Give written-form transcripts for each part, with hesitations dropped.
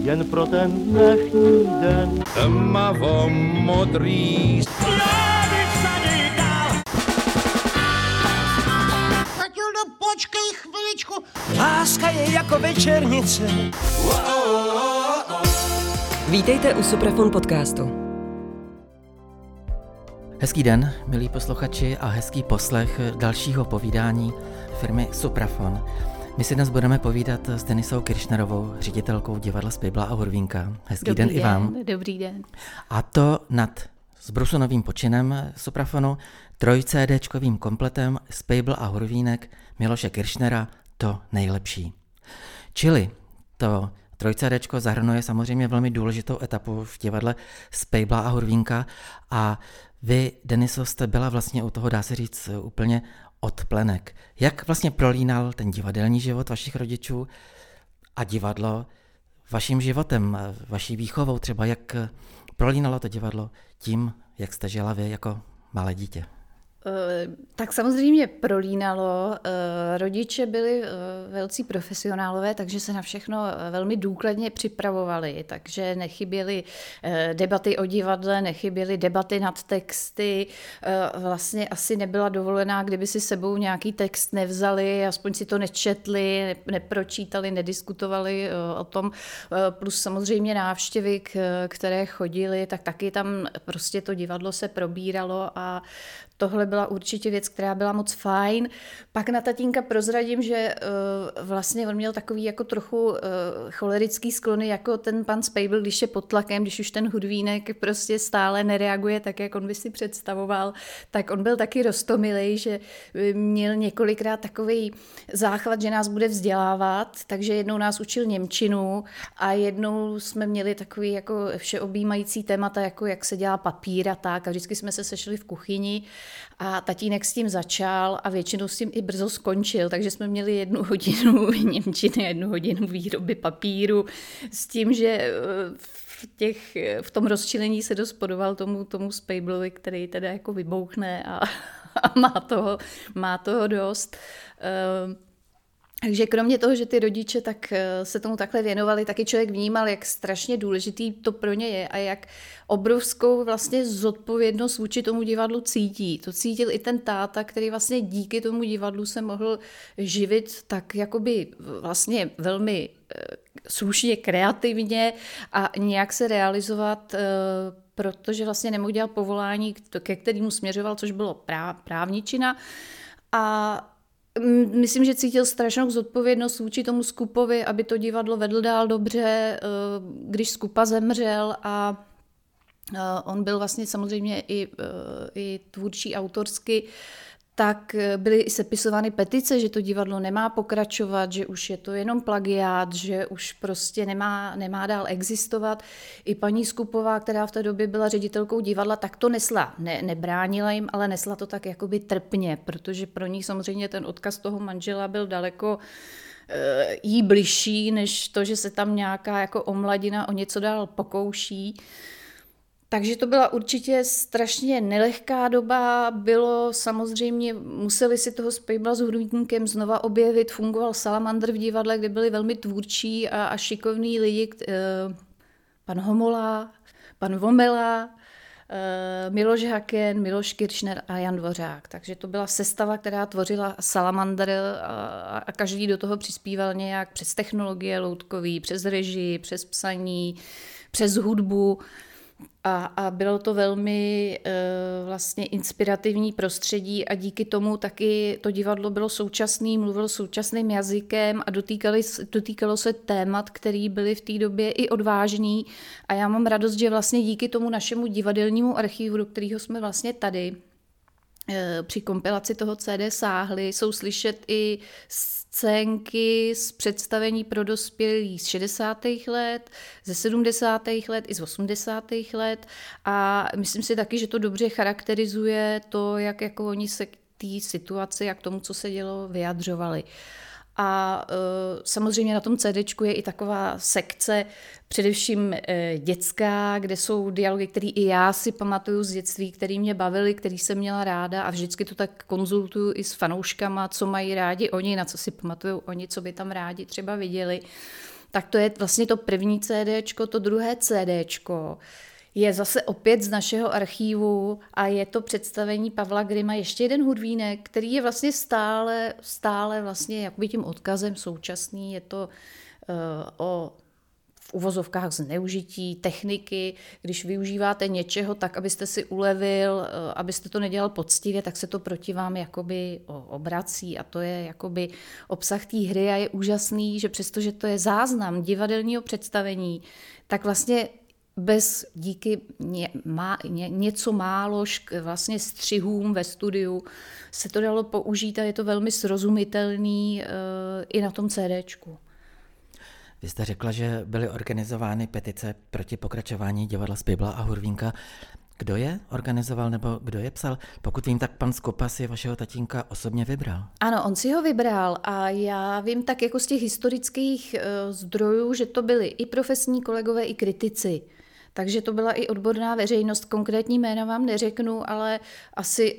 jen pro ten dnešní den. Tmavo modrý. Matildo, počkej chviličku. Láska je jako večernice. Vítejte u Suprafon podcastu. Hezký den, milí posluchači, a hezký poslech dalšího povídání firmy Suprafon. My si dnes budeme povídat s Denisou Kiršnerovou, ředitelkou divadla Spejbla a Hurvínka. Hezký den i vám. Dobrý den. A to nad zbrusunovým počinem Suprafonu, 3CDčkovým kompletem Spejbl a Hurvínek Miloše Kiršnera, to nejlepší. Čili to 3CDčko zahrnuje samozřejmě velmi důležitou etapu v divadle Spejbla a Hurvínka a vy, Deniso, jste byla vlastně u toho, dá se říct, úplně od plenek. Jak vlastně prolínal ten divadelní život vašich rodičů a divadlo vaším životem, vaší výchovou třeba, jak prolínalo to divadlo tím, jak jste žila vy jako malé dítě? Tak samozřejmě prolínalo. Rodiče byli velcí profesionálové, takže se na všechno velmi důkladně připravovali, takže nechyběly debaty o divadle, nechyběly debaty nad texty. Vlastně asi nebyla dovolená, kdyby si sebou nějaký text nevzali, aspoň si to nečetli, nepročítali, nediskutovali o tom. Plus samozřejmě návštěvy, které chodily, tak taky tam prostě to divadlo se probíralo a tohle byla určitě věc, která byla moc fajn. Pak na tatínka prozradím, že vlastně on měl takový jako trochu cholerický sklony, jako ten pan Spejbl, když je pod tlakem, když už ten Hudvínek prostě stále nereaguje tak, jak on by si představoval, tak on byl taky roztomilej, že měl několikrát takový záchvat, že nás bude vzdělávat, takže jednou nás učil němčinu a jednou jsme měli takový jako všeobjímající témata, jako jak se dělá papír a tak, a vždycky jsme se sešli v kuchyni a tatínek s tím začal a většinou s tím i brzo skončil, takže jsme měli 1 hodinu němčiny, 1 hodinu výroby papíru s tím, že v tom rozčilení se dospodoval tomu Spejblovi, který teda jako vybouchne a má toho dost. Takže kromě toho, že ty rodiče tak se tomu takhle věnovali, taky člověk vnímal, jak strašně důležitý to pro ně je a jak obrovskou vlastně zodpovědnost vůči tomu divadlu cítí. To cítil i ten táta, který vlastně díky tomu divadlu se mohl živit tak jakoby vlastně velmi slušně, kreativně a nějak se realizovat, protože vlastně nemohl dělat povolání, ke kterému směřoval, což bylo právničina. A myslím, že cítil strašnou zodpovědnost vůči tomu Skupovi, aby to divadlo vedl dál dobře, když Skupa zemřel a on byl vlastně samozřejmě i tvůrčí autorsky, tak byly i sepisovány petice, že to divadlo nemá pokračovat, že už je to jenom plagiát, že už prostě nemá dál existovat. I paní Skupová, která v té době byla ředitelkou divadla, tak to nesla. Nebránila jim, ale nesla to tak jakoby trpně, protože pro ní samozřejmě ten odkaz toho manžela byl daleko jí bližší, než to, že se tam nějaká jako omladina o něco dál pokouší. Takže to byla určitě strašně nelehká doba, bylo samozřejmě, museli si toho Spejbla s Hurvínkem znova objevit, fungoval Salamandr v divadle, kde byli velmi tvůrčí a šikovní lidi, pan Homola, pan Vomela, Miloš Haken, Miloš Kiršner a Jan Dvořák. Takže to byla sestava, která tvořila Salamandr a každý do toho přispíval nějak přes technologie loutkový, přes režii, přes psaní, přes hudbu. A bylo to velmi vlastně inspirativní prostředí a díky tomu taky to divadlo bylo současný, mluvilo současným jazykem a dotýkalo se témat, které byly v té době i odvážný. A já mám radost, že vlastně díky tomu našemu divadelnímu archivu, do kterého jsme vlastně tady při kompilaci toho CD sáhli, jsou slyšet i scénky z představení pro dospělí z 60. let, ze 70. let i z 80. let a myslím si taky, že to dobře charakterizuje to, jak jako oni se k té situaci a k tomu, co se dělo, vyjadřovali. A samozřejmě na tom CDčku je i taková sekce, především dětská, kde jsou dialogy, které i já si pamatuju z dětství, které mě bavily, který jsem měla ráda a vždycky to tak konzultuju i s fanouškama, co mají rádi oni, na co si pamatujou oni, co by tam rádi třeba viděli. tak to je vlastně to první CDčko, to druhé CDčko je zase opět z našeho archívu a je to představení Pavla Grima, ještě jeden hudvínek, který je vlastně stále vlastně jakoby tím odkazem současný, je to o v uvozovkách zneužití techniky, když využíváte něčeho tak, abyste si ulevil, abyste to nedělal poctivě, tak se to proti vám jakoby obrací a to je jakoby obsah té hry a je úžasný, že přestože to je záznam divadelního představení, tak vlastně díky něco málo vlastně střihům ve studiu se to dalo použít a je to velmi srozumitelný i na tom CDčku. Vy jste řekla, že byly organizovány petice proti pokračování divadla Spejbla a Hurvínka. Kdo je organizoval nebo kdo je psal? Pokud vím, tak pan Skopa si vašeho tatínka osobně vybral. Ano, on si ho vybral a já vím tak jako z těch historických zdrojů, že to byli i profesní kolegové, i kritici. Takže to byla i odborná veřejnost. Konkrétní jména vám neřeknu, ale asi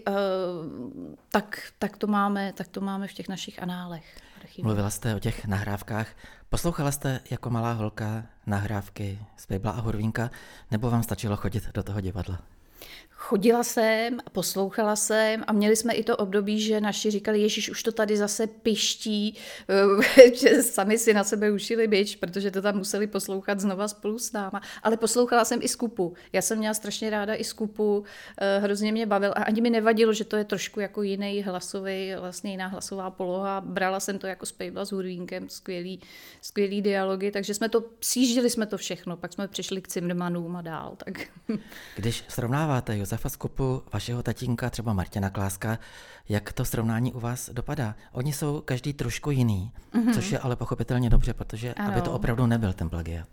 tak to máme v těch našich análech. Mluvila jste o těch nahrávkách. Poslouchala jste jako malá holka nahrávky Spejbla a Hurvínka, nebo vám stačilo chodit do toho divadla? Chodila jsem a poslouchala jsem a měli jsme i to období, že naši říkali, Ježíš, už to tady zase piští, že sami si na sebe ušili bič, protože to tam museli poslouchat znova spolu s náma. Ale poslouchala jsem i Skupu. Já jsem měla strašně ráda i Skupu, hrozně mě bavil a ani mi nevadilo, že to je trošku jako jiný hlasový, vlastně jiná hlasová poloha. Brala jsem to jako Spejbla s Hurvínkem, skvělý dialogy, takže sjížděli jsme to všechno, pak jsme přišli k Cimrmanům a dál. Tak. Když srovnáváte Josefa Skupu, vašeho tatínka, třeba Martina Kláska, jak to srovnání u vás dopadá? Oni jsou každý trošku jiný, což je ale pochopitelně dobře, protože ano. Aby to opravdu nebyl ten plagiat.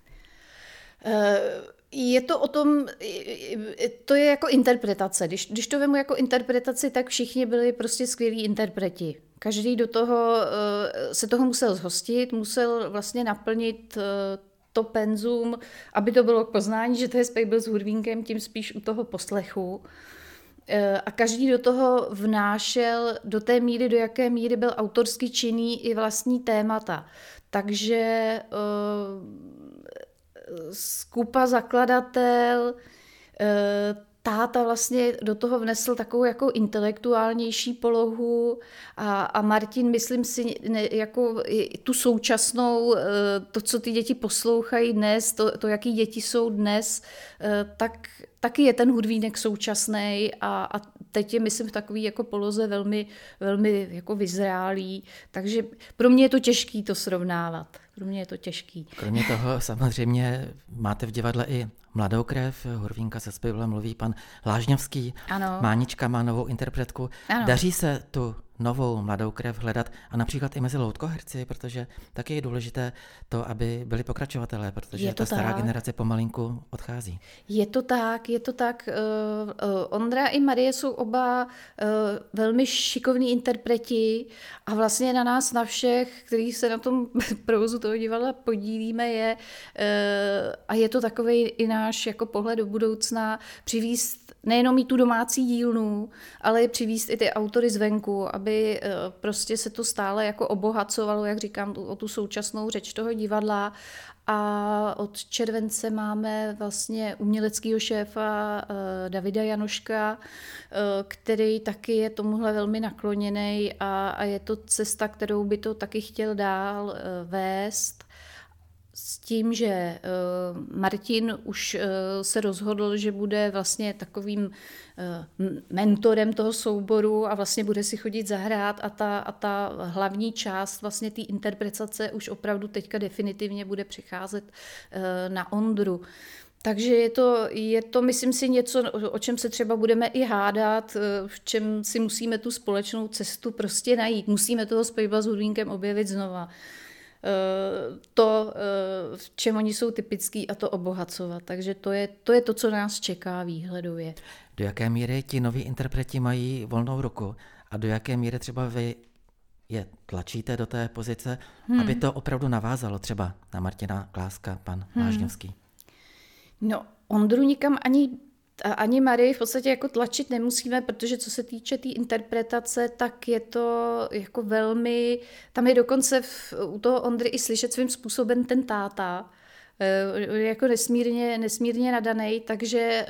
Je to o tom, to je jako interpretace. Když to vemu jako interpretaci, tak všichni byli prostě skvělí interpreti. Každý do toho se toho musel zhostit, musel vlastně naplnit to penzum, aby to bylo k poznání, že to je Spejbl s Hurvínkem, tím spíš u toho poslechu. A každý do toho vnášel do té míry, do jaké míry byl autorsky činný i vlastní témata. Takže Skupa, zakladatel, táta vlastně do toho vnesl takovou jako intelektuálnější polohu a Martin, myslím si, jako tu současnou, to, co ty děti poslouchají dnes, to jaký děti jsou dnes, tak taky je ten Hurvínek současný a teď je, myslím, v takový jako poloze velmi, velmi jako vyzrálý, takže pro mě je to těžký to srovnávat. Pro mě je to těžký. Kromě toho samozřejmě máte v divadle i mladou krev, Hurvínka se Spejblem mluví pan Lážňovský, ano. Mánička má novou interpretku. Ano. Daří se tu novou mladou krev hledat a například i mezi loutkoherci, protože taky je důležité to, aby byli pokračovatelé, protože ta stará generace pomalinku odchází. Je to tak. Ondra i Marie jsou oba velmi šikovní interpreti a vlastně na nás, na všech, kteří se na tom provozu toho divadla podílíme, a je to takovej i náš jako pohled do budoucna, přivízt nejenom i tu domácí dílnu, ale přivízt i ty autory zvenku, aby prostě se to stále jako obohacovalo, jak říkám, o tu současnou řeč toho divadla. A od července máme vlastně uměleckého šéfa Davida Janoška, který taky je tomuhle velmi nakloněný a je to cesta, kterou by to taky chtěl dál vést. S tím, že Martin už se rozhodl, že bude vlastně takovým mentorem toho souboru a vlastně bude si chodit zahrát a ta hlavní část vlastně té interpretace už opravdu teďka definitivně bude přicházet na Ondru. Takže je to, myslím si, něco, o čem se třeba budeme i hádat, v čem si musíme tu společnou cestu prostě najít. Musíme toho Spejbla s Hurvínkem objevit znova. To, v čem oni jsou typický a to obohacovat. Takže to je to, co nás čeká výhledově. Do jaké míry ti noví interpreti mají volnou ruku a do jaké míry třeba vy je tlačíte do té pozice, aby to opravdu navázalo třeba na Martina Kláska, pan Lážňovský? No, Ondru nikam ani Ani Marii v podstatě jako tlačit nemusíme, protože co se týče té interpretace, tak je to jako velmi, tam je dokonce u toho Ondry i slyšet svým způsobem ten táta, jako nesmírně nadanej, takže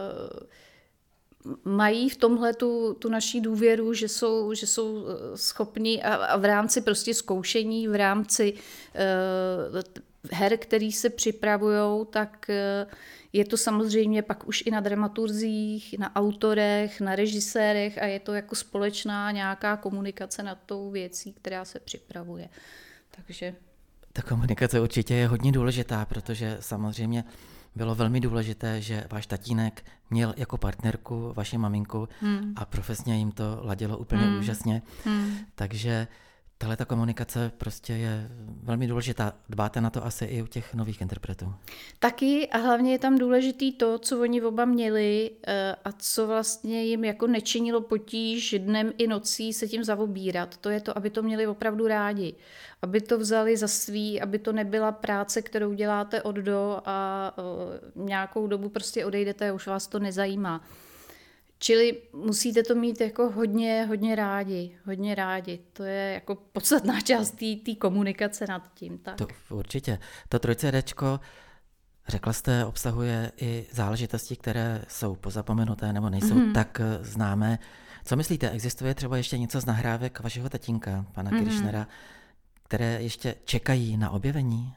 mají v tomhle tu naší důvěru, že jsou schopní a v rámci prostě zkoušení, v rámci her, který se připravujou, tak je to samozřejmě pak už i na dramaturgích, na autorech, na režisérech a je to jako společná nějaká komunikace nad tou věcí, která se připravuje. Takže ta komunikace určitě je hodně důležitá, protože samozřejmě bylo velmi důležité, že váš tatínek měl jako partnerku vaši maminku a profesně jim to ladilo úplně úžasně. Takže tahle ta komunikace prostě je velmi důležitá. Dbáte na to asi i u těch nových interpretů. Taky a hlavně je tam důležitý to, co oni oba měli a co vlastně jim jako nečinilo potíž dnem i nocí se tím zaobírat. To je to, aby to měli opravdu rádi. Aby to vzali za svý, aby to nebyla práce, kterou děláte od do a nějakou dobu prostě odejdete a už vás to nezajímá. Čili musíte to mít jako hodně rádi. To je jako podstatná část té komunikace nad tím. Tak. To určitě. To 3CDčko, řekla jste, obsahuje i záležitosti, které jsou pozapomenuté nebo nejsou tak známé. Co myslíte, existuje třeba ještě něco z nahrávek vašeho tatínka, pana Kiršnera, které ještě čekají na objevení?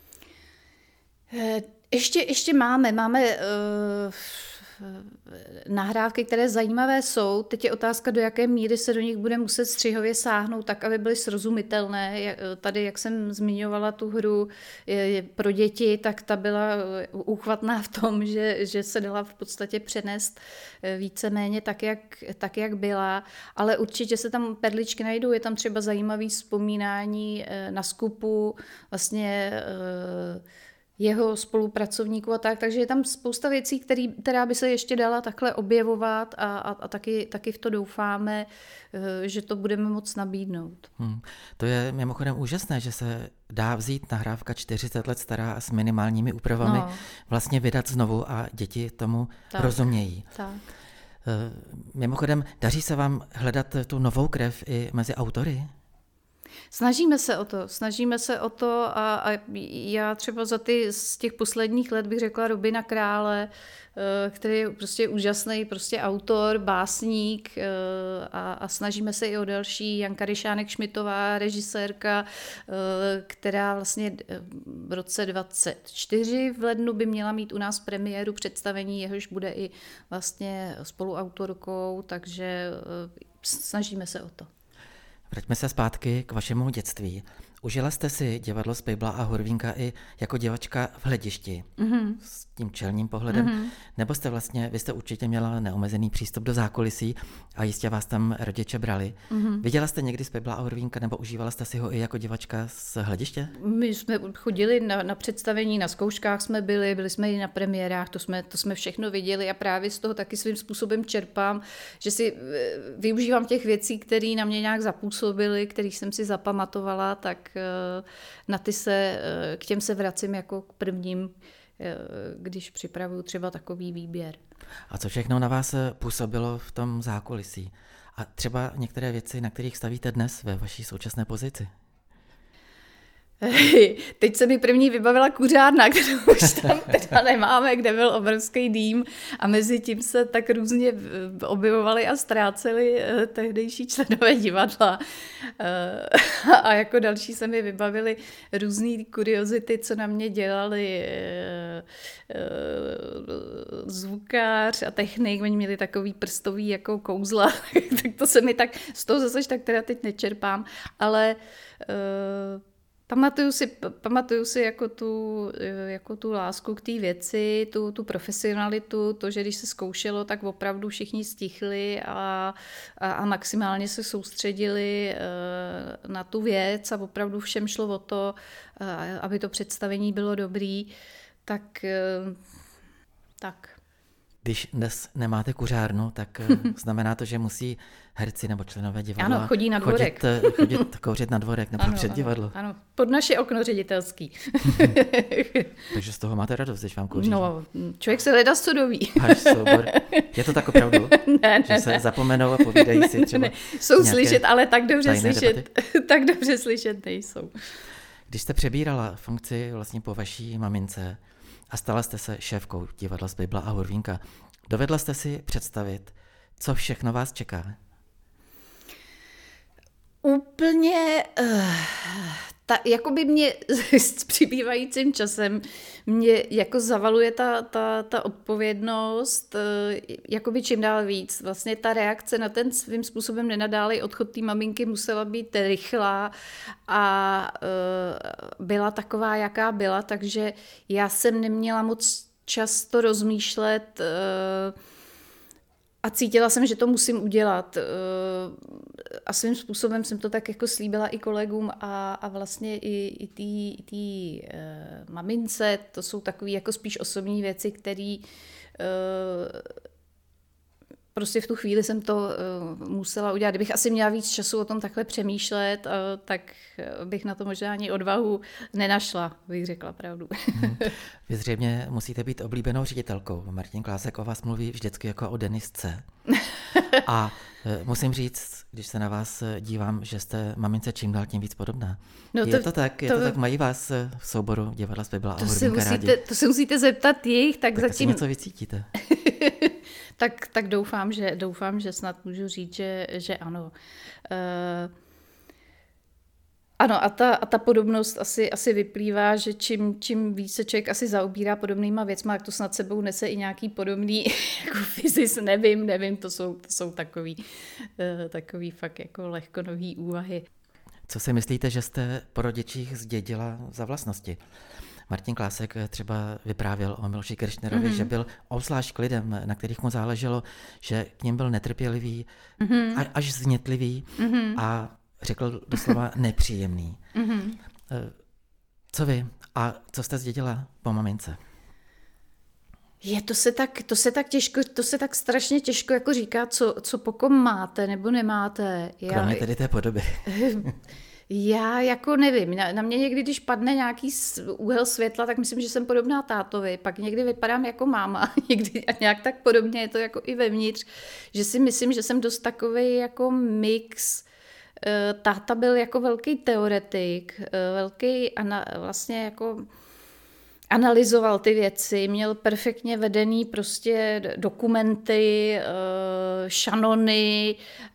Ještě máme nahrávky, které zajímavé jsou. Teď je otázka, do jaké míry se do nich bude muset střihově sáhnout, tak, aby byly srozumitelné. Tady, jak jsem zmiňovala tu hru pro děti, tak ta byla úchvatná v tom, že se dala v podstatě přenést víceméně tak, jak byla. Ale určitě se tam perličky najdou. Je tam třeba zajímavé vzpomínání na Skupu, vlastně jeho spolupracovníků a tak, takže je tam spousta věcí, která by se ještě dala takhle objevovat a taky v to doufáme, že to budeme moct nabídnout. To je mimochodem úžasné, že se dá vzít nahrávka 40 let stará a s minimálními úpravami vlastně vydat znovu a děti tomu rozumějí. Tak. Mimochodem, daří se vám hledat tu novou krev i mezi autory? Snažíme se o to a já třeba z těch posledních let bych řekla Robina Krále, který je prostě úžasný prostě autor, básník a snažíme se i o další. Janka Ryšánek-Šmitová, režisérka, která vlastně v roce 2024 v lednu by měla mít u nás premiéru představení, jehož bude i vlastně spoluautorkou, takže snažíme se o to. Vraťme se zpátky k vašemu dětství. Užila jste si divadlo Spejbla a Hurvínka i jako divačka v Hledišti s tím čelním pohledem? Nebo vy jste určitě měla neomezený přístup do zákulisí a jistě vás tam rodiče brali. Viděla jste někdy Spejbla a Hurvínka nebo užívala jste si ho i jako divačka z Hlediště? My jsme chodili na představení, na zkouškách jsme byli jsme i na premiérách, to jsme všechno viděli a právě z toho taky svým způsobem čerpám, že si využívám těch věcí, které na mě nějak zapůsobily, které jsem si zapamatovala, tak k těm se vracím jako k prvním, když připravuju třeba takový výběr. A co všechno na vás působilo v tom zákulisí? A třeba některé věci, na kterých stavíte dnes ve vaší současné pozici? Teď se mi první vybavila kuřárna, kterou už tam teda nemáme, kde byl obrovský dým a mezi tím se tak různě objevovali a ztráceli tehdejší členové divadla. A jako další se mi vybavily různý kuriozity, co na mě dělali zvukář a technik. Oni měli takový prstový jako kouzla, tak to se mi tak, z toho zase tak teda teď nečerpám, ale Pamatuju si jako tu lásku k té věci, tu profesionalitu, to, že když se zkoušelo, tak opravdu všichni stichli a maximálně se soustředili na tu věc a opravdu všem šlo o to, aby to představení bylo dobrý. Tak. Když dnes nemáte kuřárnu, tak znamená to, že musí herci nebo členové divadla ano, chodí na dvorek. chodit kouřit na dvorek nebo před divadlo. Ano, pod naše okno ředitelský. Takže z toho máte radost, když vám kouří. No, člověk se hledá, co doví. Váš soubor. Je to tak opravdu? Že se zapomenou a povídají si třeba jsou slyšet, ale tak dobře slyšet nejsou. Když jste přebírala funkci vlastně po vaší mamince a stala jste se šéfkou divadla Spejbla a Hurvínka, dovedla jste si představit, co všechno vás čeká? Úplně, jakoby mě s přibývajícím časem mě jako zavaluje ta odpovědnost, jakoby čím dál víc. Vlastně ta reakce na ten svým způsobem nenadálej odchod té maminky musela být rychlá a byla taková, jaká byla, takže já jsem neměla moc často rozmýšlet a cítila jsem, že to musím udělat. A svým způsobem jsem to tak jako slíbila i kolegům a vlastně i té mamince. To jsou takové jako spíš osobní věci, které prostě v tu chvíli jsem to musela udělat. Kdybych asi měla víc času o tom takhle přemýšlet, tak bych na to možná ani odvahu nenašla, bych řekla pravdu. Vy zřejmě musíte být oblíbenou ředitelkou. Martin Klásek o vás mluví vždycky jako o denistce. A musím říct, když se na vás dívám, že jste mamince čím dál tím víc podobná. No je to tak? Mají vás v souboru divadla Spejbla a Hurvínka rádi? To se musíte zeptat jich, tak zatím... něco vycítíte. Tak doufám, že snad můžu říct, že ano. Ano, a ta podobnost asi vyplývá, že čím více člověk asi zaobírá podobnýma věcma, tak to snad sebou nese i nějaký podobný jako fyzis, nevím, to jsou takový fakt jako lehkonový úvahy. Co si myslíte, že jste po rodičích zdědila za vlastnosti? Martin Klásek třeba vyprávěl o Miloši Kirchnerovi, že byl obzvlášť k lidem, na kterých mu záleželo, že k nim byl netrpělivý, až znětlivý a řekl doslova nepříjemný. Co vy a co jste zdědila po mamince? To se tak strašně těžko jako říká, co po kom máte nebo nemáte. Kromě tedy té podoby. Já jako nevím, na mě někdy, když padne nějaký úhel světla, tak myslím, že jsem podobná tátovi, pak někdy vypadám jako máma, někdy a nějak tak podobně je to jako i vevnitř, že si myslím, že jsem dost takovej jako mix. Táta byl jako velký teoretik, vlastně jako analyzoval ty věci, měl perfektně vedený prostě dokumenty, šanony,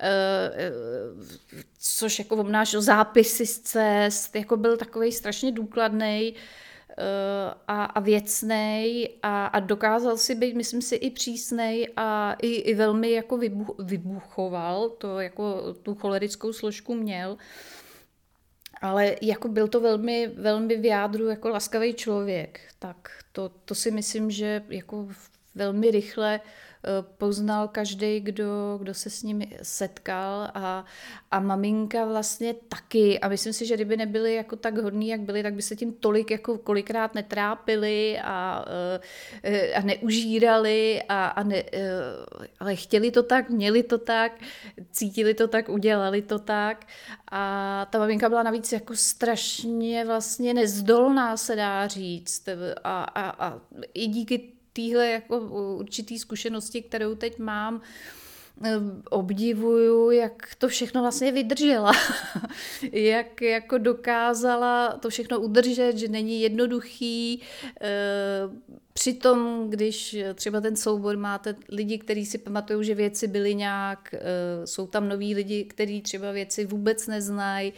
což jako obnášel zápisy z cest, jako byl takovej strašně důkladnej a věcnej a dokázal si být, myslím si, i přísnej a i velmi jako vybuchoval, to jako tu cholerickou složku měl. Ale jako byl to velmi, velmi v jádru jako laskavý člověk, tak to si myslím, že jako velmi rychle poznal každý, kdo se s ním setkal a maminka vlastně taky. A myslím si, že kdyby nebyli jako tak hodní, jak byli, tak by se tím tolik jako kolikrát netrápili a neužírali, ale chtěli to tak, měli to tak, cítili to tak, udělali to tak. A ta maminka byla navíc jako strašně vlastně nezdolná, se dá říct. A i díky téhle jako určitý zkušenosti, kterou teď mám, obdivuju, jak to všechno vlastně vydržela. Jak jako dokázala to všechno udržet, že není jednoduchý. Přitom, když třeba ten soubor máte lidi, kteří si pamatují, že věci byly nějak, jsou tam noví lidi, kteří třeba věci vůbec neznají,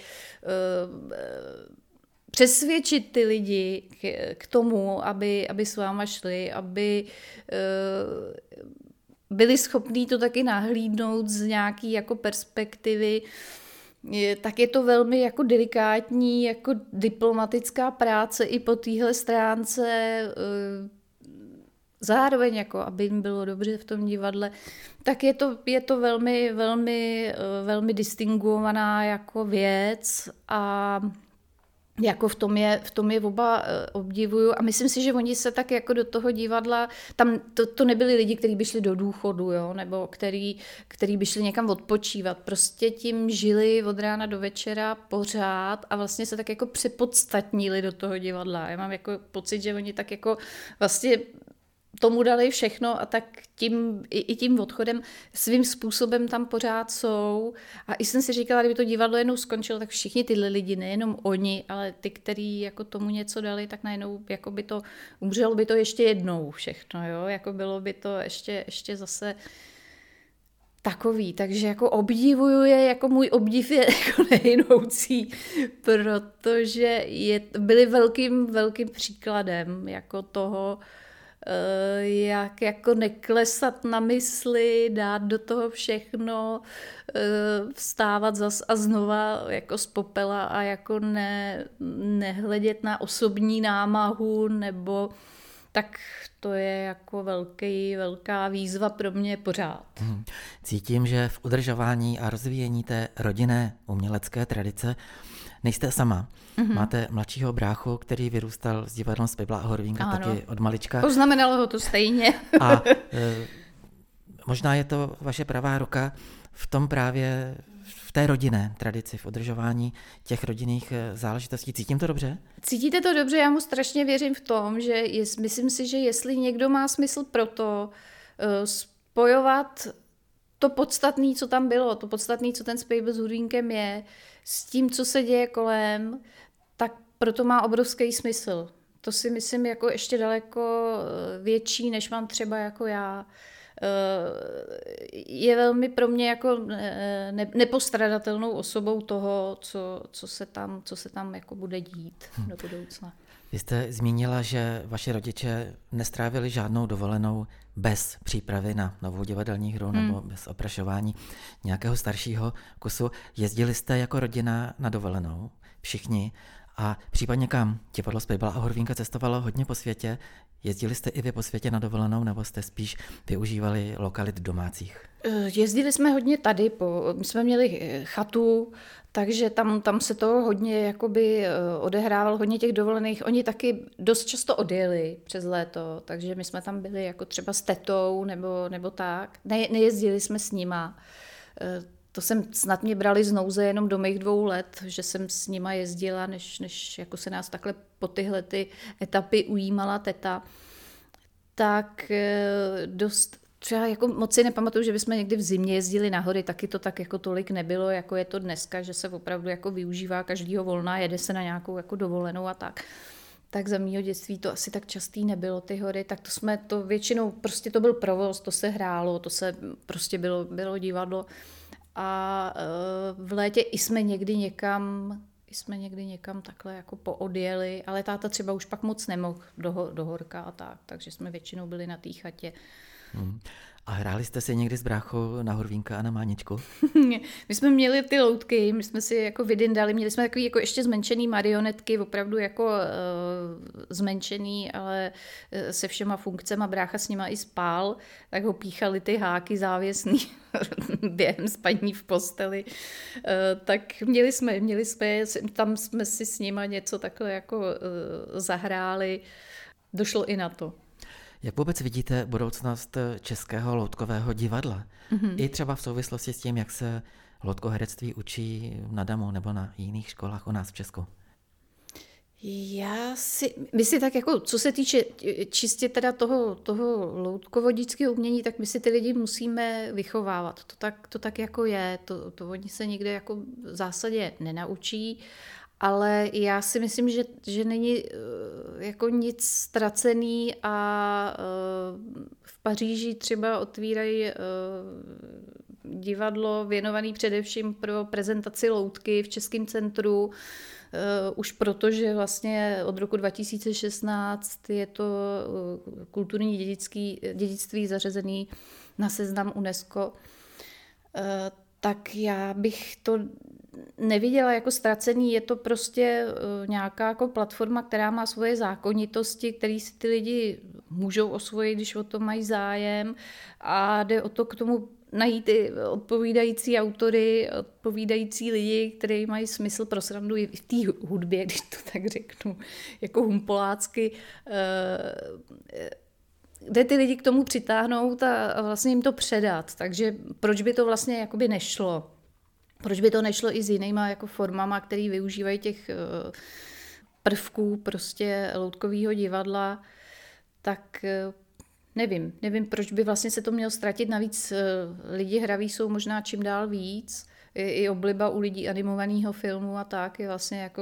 přesvědčit ty lidi k tomu, aby s váma šli, aby byli schopní to taky nahlídnout z nějaký jako perspektivy, tak je to velmi jako delikátní, jako diplomatická práce i po téhle stránce. Zároveň, jako, aby jim bylo dobře v tom divadle, tak je to velmi, velmi, velmi distinguovaná jako věc a jako v tom je oba obdivuju a myslím si, že oni se tak jako do toho divadla, tam to nebyli lidi, kteří by šli do důchodu, jo, nebo který by šli někam odpočívat, prostě tím žili od rána do večera pořád a vlastně se tak jako přepodstatnili do toho divadla. Já mám jako pocit, že oni tak jako vlastně tomu dali všechno a tak tím odchodem svým způsobem tam pořád jsou. A i jsem si říkala, kdyby to divadlo jednou skončilo, tak všichni tyhle lidi, nejenom oni, ale ty, kteří jako tomu něco dali, tak najednou jako by to, umřelo by to ještě jednou všechno, jo? Jako bylo by to ještě zase takový, takže jako obdivuju je, jako můj obdiv je jako nejnoucí, protože byli velkým příkladem jako toho, jak jako neklesat na mysli, dát do toho všechno, vstávat zas a znova jako z popela a jako nehledět na osobní námahu, nebo tak to je jako velká výzva pro mě pořád. Cítím, že v udržování a rozvíjení té rodinné umělecké tradice nejste sama. Máte mladšího bráchu, který vyrůstal s divadlem Spejbla a Horvínka taky od malička. Poznamenalo ho to stejně. A možná je to vaše pravá ruka v tom právě, v té rodinné tradici, v udržování těch rodinných záležitostí. Cítím to dobře? Cítíte to dobře, já mu strašně věřím v tom, že myslím si, že jestli někdo má smysl pro to spojovat to podstatné, co tam bylo, to podstatné, co ten Spejbl s Hurvínkem je, s tím, co se děje kolem, tak proto má obrovský smysl. To si myslím jako ještě daleko větší, než mám třeba jako já. Je velmi pro mě jako nepostradatelnou osobou toho, co se tam jako bude dít do budoucna. Vy jste zmínila, že vaši rodiče nestrávili žádnou dovolenou bez přípravy na novou divadelní hru nebo bez oprašování nějakého staršího kusu. Jezdili jste jako rodina na dovolenou, všichni, a případně kam? Divadlo Spejbla a Horvínka cestovalo hodně po světě. Jezdili jste i vy po světě na dovolenou, nebo jste spíš využívali lokalit domácích? Jezdili jsme hodně tady, my jsme měli chatu, takže tam se to hodně jakoby odehrávalo, hodně těch dovolených. Oni taky dost často odjeli přes léto, takže my jsme tam byli jako třeba s tetou nebo tak. Nejezdili jsme s nima. To snad mě brali z nouze jenom do mých 2 let, že jsem s nima jezdila, než jako se nás takhle po tyhle ty etapy ujímala teta. Tak dost, třeba jako moc si nepamatuju, že bychom někdy v zimě jezdili na hory, taky to tak jako tolik nebylo, jako je to dneska, že se opravdu jako využívá každýho volna, jede se na nějakou jako dovolenou a tak. Tak za mýho dětství to asi tak častý nebylo, ty hory, tak to většinou, prostě to byl provoz, to se hrálo, to se prostě bylo divadlo. A v létě jsme někdy někam takhle jako poodjeli, ale táta třeba už pak moc nemohl do horka a tak, takže jsme většinou byli na té chatě. A hráli jste si někdy s bráchou na Horvínka a na Máničku? My jsme měli ty loutky, my jsme si jako vydindali, měli jsme takový jako ještě zmenšený marionetky, opravdu jako zmenšený, ale se všema funkcema, brácha s nima i spál, tak ho píchali ty háky závěsný během spaní v posteli. Tak měli jsme, tam jsme si s nima něco takhle jako zahráli, došlo i na to. Jak vůbec vidíte budoucnost českého loutkového divadla? I třeba v souvislosti s tím, jak se loutkoherectví učí na DAMu nebo na jiných školách u nás v Česku? My si tak jako, co se týče čistě teda toho loutkovodického umění, tak my si ty lidi musíme vychovávat. To tak jako je, to oni se nikde jako v zásadě nenaučí. Ale já si myslím, že není jako nic ztracený a v Paříži třeba otvírají divadlo věnované především pro prezentaci loutky v Českém centru, už protože vlastně od roku 2016 je to kulturní dědictví zařazený na seznam UNESCO. Tak já bych to neviděla jako ztracený, je to prostě nějaká jako platforma, která má svoje zákonitosti, které si ty lidi můžou osvojit, když o to mají zájem, a jde o to k tomu najít i odpovídající autory, odpovídající lidi, kteří mají smysl pro srandu i v té hudbě, když to tak řeknu, jako humpolácky, kde ty lidi k tomu přitáhnout a vlastně jim to předat. Takže proč by to vlastně jakoby nešlo? Proč by to nešlo i s jinýma jako formama, který využívají těch prvků prostě loutkového divadla, tak nevím, proč by vlastně se to mělo ztratit. Navíc lidi hraví jsou možná čím dál víc, i obliba u lidí animovaného filmu a tak je vlastně jako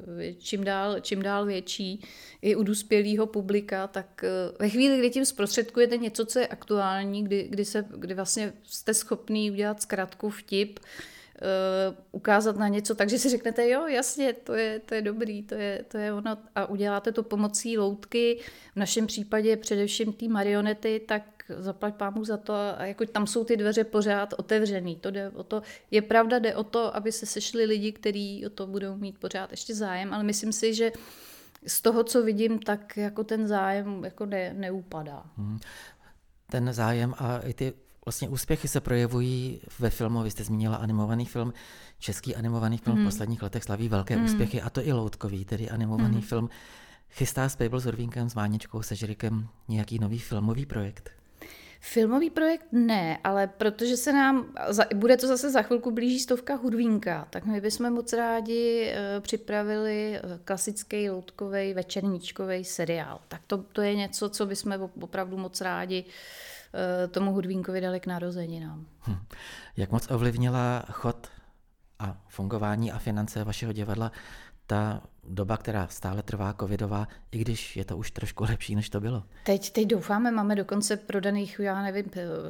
čím dál větší, i u dospělého publika, tak ve chvíli, kdy tím zprostředkujete něco, co je aktuální, kdy vlastně jste schopný udělat zkratku, vtip, ukázat na něco, takže si řeknete, jo, jasně, to je dobrý, to je ono a uděláte to pomocí loutky, v našem případě především té marionety, tak zaplať pámu za to a jako tam jsou ty dveře pořád otevřený. To jde o to, je pravda, jde o to, aby se sešli lidi, kteří o to budou mít pořád ještě zájem, ale myslím si, že z toho, co vidím, tak jako ten zájem jako neupadá. Ten zájem a i ty vlastně úspěchy se projevují ve filmu, vy jste zmínila animovaný film, český animovaný film v posledních letech slaví velké úspěchy, a to i loutkový, tedy animovaný film. Chystá Spejbl s Hurvínkem, s Váničkou, se Žirikem nějaký nový filmový projekt? Filmový projekt ne, ale protože se nám, bude to zase za chvilku blíží 100 Hurvínka, tak my bychom moc rádi připravili klasický loutkový večerníčkový seriál. Tak to je něco, co bychom opravdu moc rádi tomu Hurvínkovi dali k narozeninám. Jak moc ovlivnila chod a fungování a finance vašeho divadla ta doba, která stále trvá, covidová, i když je to už trošku lepší, než to bylo? Teď doufáme, máme dokonce prodaných, já nevím,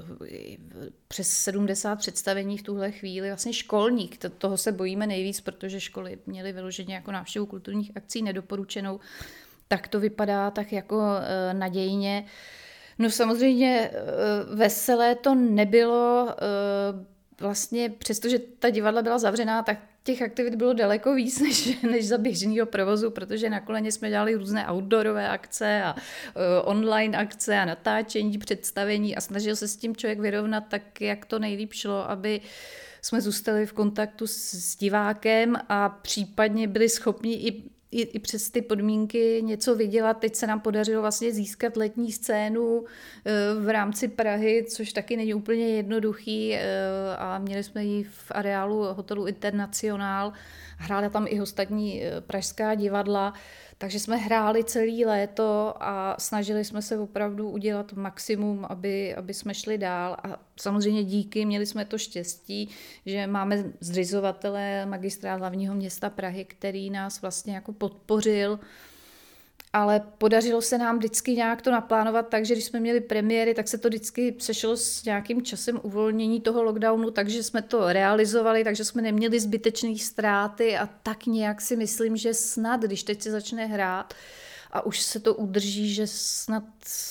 přes 70 představení v tuhle chvíli, vlastně školních. Toho se bojíme nejvíc, protože školy měly vyloženě jako návštěvu kulturních akcí nedoporučenou. Tak to vypadá tak jako nadějně. No samozřejmě veselé to nebylo, vlastně přestože ta divadla byla zavřená, tak těch aktivit bylo daleko víc než za běžného provozu, protože na Koleně jsme dělali různé outdoorové akce a online akce a natáčení, představení a snažil se s tím člověk vyrovnat tak, jak to nejlíp šlo, aby jsme zůstali v kontaktu s divákem a případně byli schopni i přes ty podmínky něco vydělat. Teď se nám podařilo vlastně získat letní scénu v rámci Prahy, což taky není úplně jednoduchý a měli jsme ji v areálu hotelu Internacionál. Hrála tam i ostatní pražská divadla, takže jsme hráli celé léto a snažili jsme se opravdu udělat maximum, aby jsme šli dál. A samozřejmě díky, měli jsme to štěstí, že máme zřizovatele Magistrát hlavního města Prahy, který nás vlastně jako podpořil, ale podařilo se nám vždycky nějak to naplánovat tak, že když jsme měli premiéry, tak se to vždycky sešlo s nějakým časem uvolnění toho lockdownu, takže jsme to realizovali, takže jsme neměli zbytečné ztráty a tak nějak si myslím, že snad, když teď se začne hrát a už se to udrží, že snad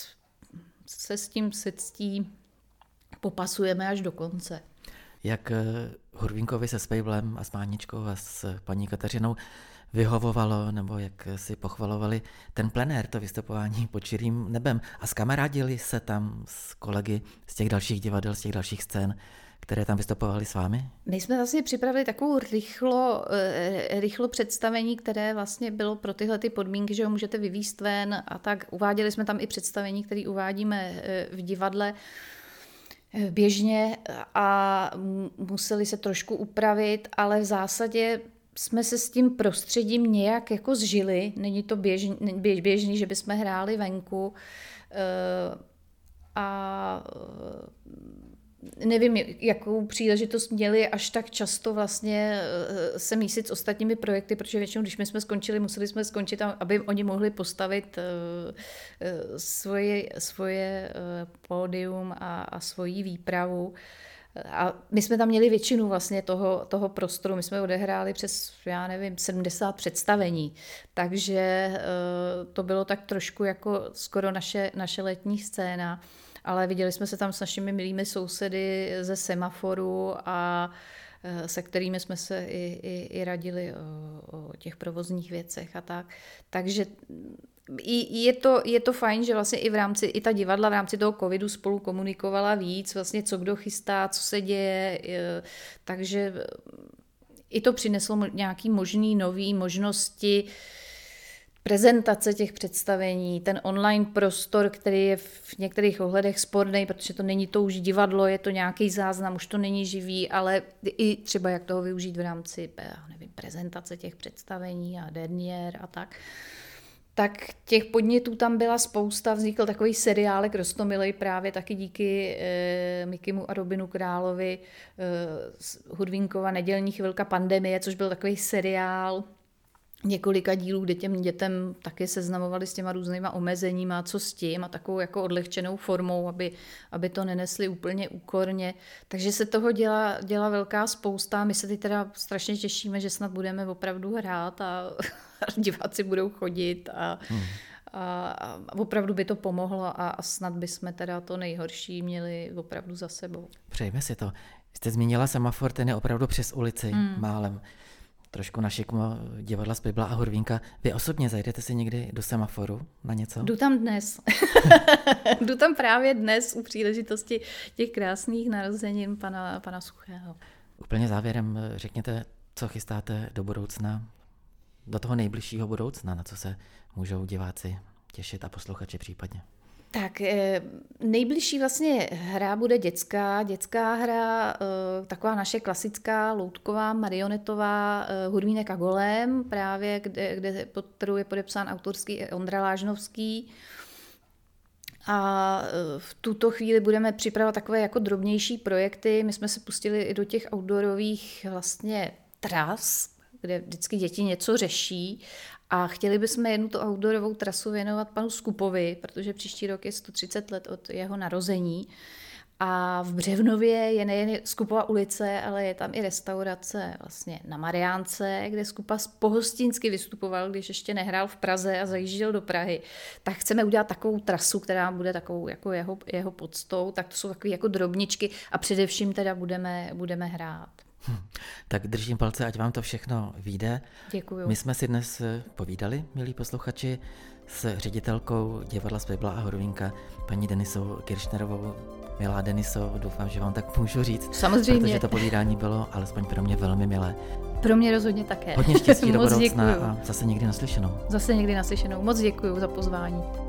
se s tím sectí popasujeme až do konce. Jak Hurvínkovi se Spejblem a s Váničkou a s paní Kateřinou vyhovovalo, nebo jak si pochvalovali ten plenér, to vystupování pod širým nebem a zkamarádili se tam s kolegy z těch dalších divadel, z těch dalších scén, které tam vystupovali s vámi? My jsme vlastně připravili takovou rychlo představení, které vlastně bylo pro tyhle ty podmínky, že ho můžete vyvízt ven a tak. Uváděli jsme tam i představení, které uvádíme v divadle běžně a museli se trošku upravit, ale v zásadě jsme se s tím prostředím nějak jako zžili. Není to běžný, že bychom hráli venku a nevím, jakou příležitost měli až tak často vlastně se mísit s ostatními projekty, protože většinou, když my jsme skončili, museli jsme skončit, aby oni mohli postavit svoje pódium a svoji výpravu. A my jsme tam měli většinu vlastně toho prostoru, my jsme odehráli přes, 70 představení, takže to bylo tak trošku jako skoro naše letní scéna, ale viděli jsme se tam s našimi milými sousedy ze Semaforu a se kterými jsme se i radili o těch provozních věcech a tak. Takže je to fajn, že vlastně i ta divadla v rámci toho covidu spolu komunikovala víc, vlastně co kdo chystá, co se děje, takže i to přineslo nějaký možný nový možnosti prezentace těch představení, ten online prostor, který je v některých ohledech sporný, protože to není to už divadlo, je to nějaký záznam, už to není živý, ale i třeba jak toho využít v rámci prezentace těch představení a derniér a tak těch podnětů tam byla spousta, vznikl takový seriálek roztomilej právě taky díky Mikimu a Robinu Královi, Hudvínkova Nedělní chvilka pandemie, což byl takový seriál několika dílů, kde těm dětem taky seznamovali s těma různýma omezeníma, co s tím a takovou jako odlehčenou formou, aby to nenesli úplně úkorně. Takže se toho dělá velká spousta. My se teď teda strašně těšíme, že snad budeme opravdu hrát a diváci budou chodit a opravdu by to pomohlo a snad bychom teda to nejhorší měli opravdu za sebou. Přejme si to. Jste zmínila semafor, ten je opravdu přes ulici, málem. Trošku na šikmo divadla Spejbla a Hurvínka. Vy osobně zajdete si někdy do semaforu na něco? Jdu tam dnes. Jdu tam právě dnes u příležitosti těch krásných narozenin pana Suchého. Úplně závěrem řekněte, co chystáte do budoucna, do toho nejbližšího budoucna, na co se můžou diváci těšit a posluchači případně. Tak nejbližší vlastně hra bude dětská hra, taková naše klasická loutková, marionetová Hurvínek a Golem, právě pod kterou je podepsán autorský Ondra Lážnovský. A v tuto chvíli budeme připravovat takové jako drobnější projekty. My jsme se pustili i do těch outdoorových vlastně tras, kde vždycky děti něco řeší. A chtěli bychom jednu tu outdoorovou trasu věnovat panu Skupovi, protože příští rok je 130 let od jeho narození. A v Břevnově je nejen Skupova ulice, ale je tam i restaurace vlastně na Mariánce, kde Skupa pohostinsky vystupoval, když ještě nehrál v Praze a zajížděl do Prahy. Tak chceme udělat takovou trasu, která bude takovou jako jeho podstou. Tak to jsou takové jako drobničky a především teda budeme hrát. Tak držím palce, ať vám to všechno vyjde. Děkuju. My jsme si dnes povídali, milí posluchači, s ředitelkou divadla Spejbla a Hurvínka, paní Denisou Kiršnerovou. Milá Deniso, doufám, že vám tak můžu říct. Samozřejmě. Protože to povídání bylo alespoň pro mě velmi milé. Pro mě rozhodně také. Hodně štěstí do budoucna děkuju. a zase někdy naslyšenou. Moc děkuju za pozvání.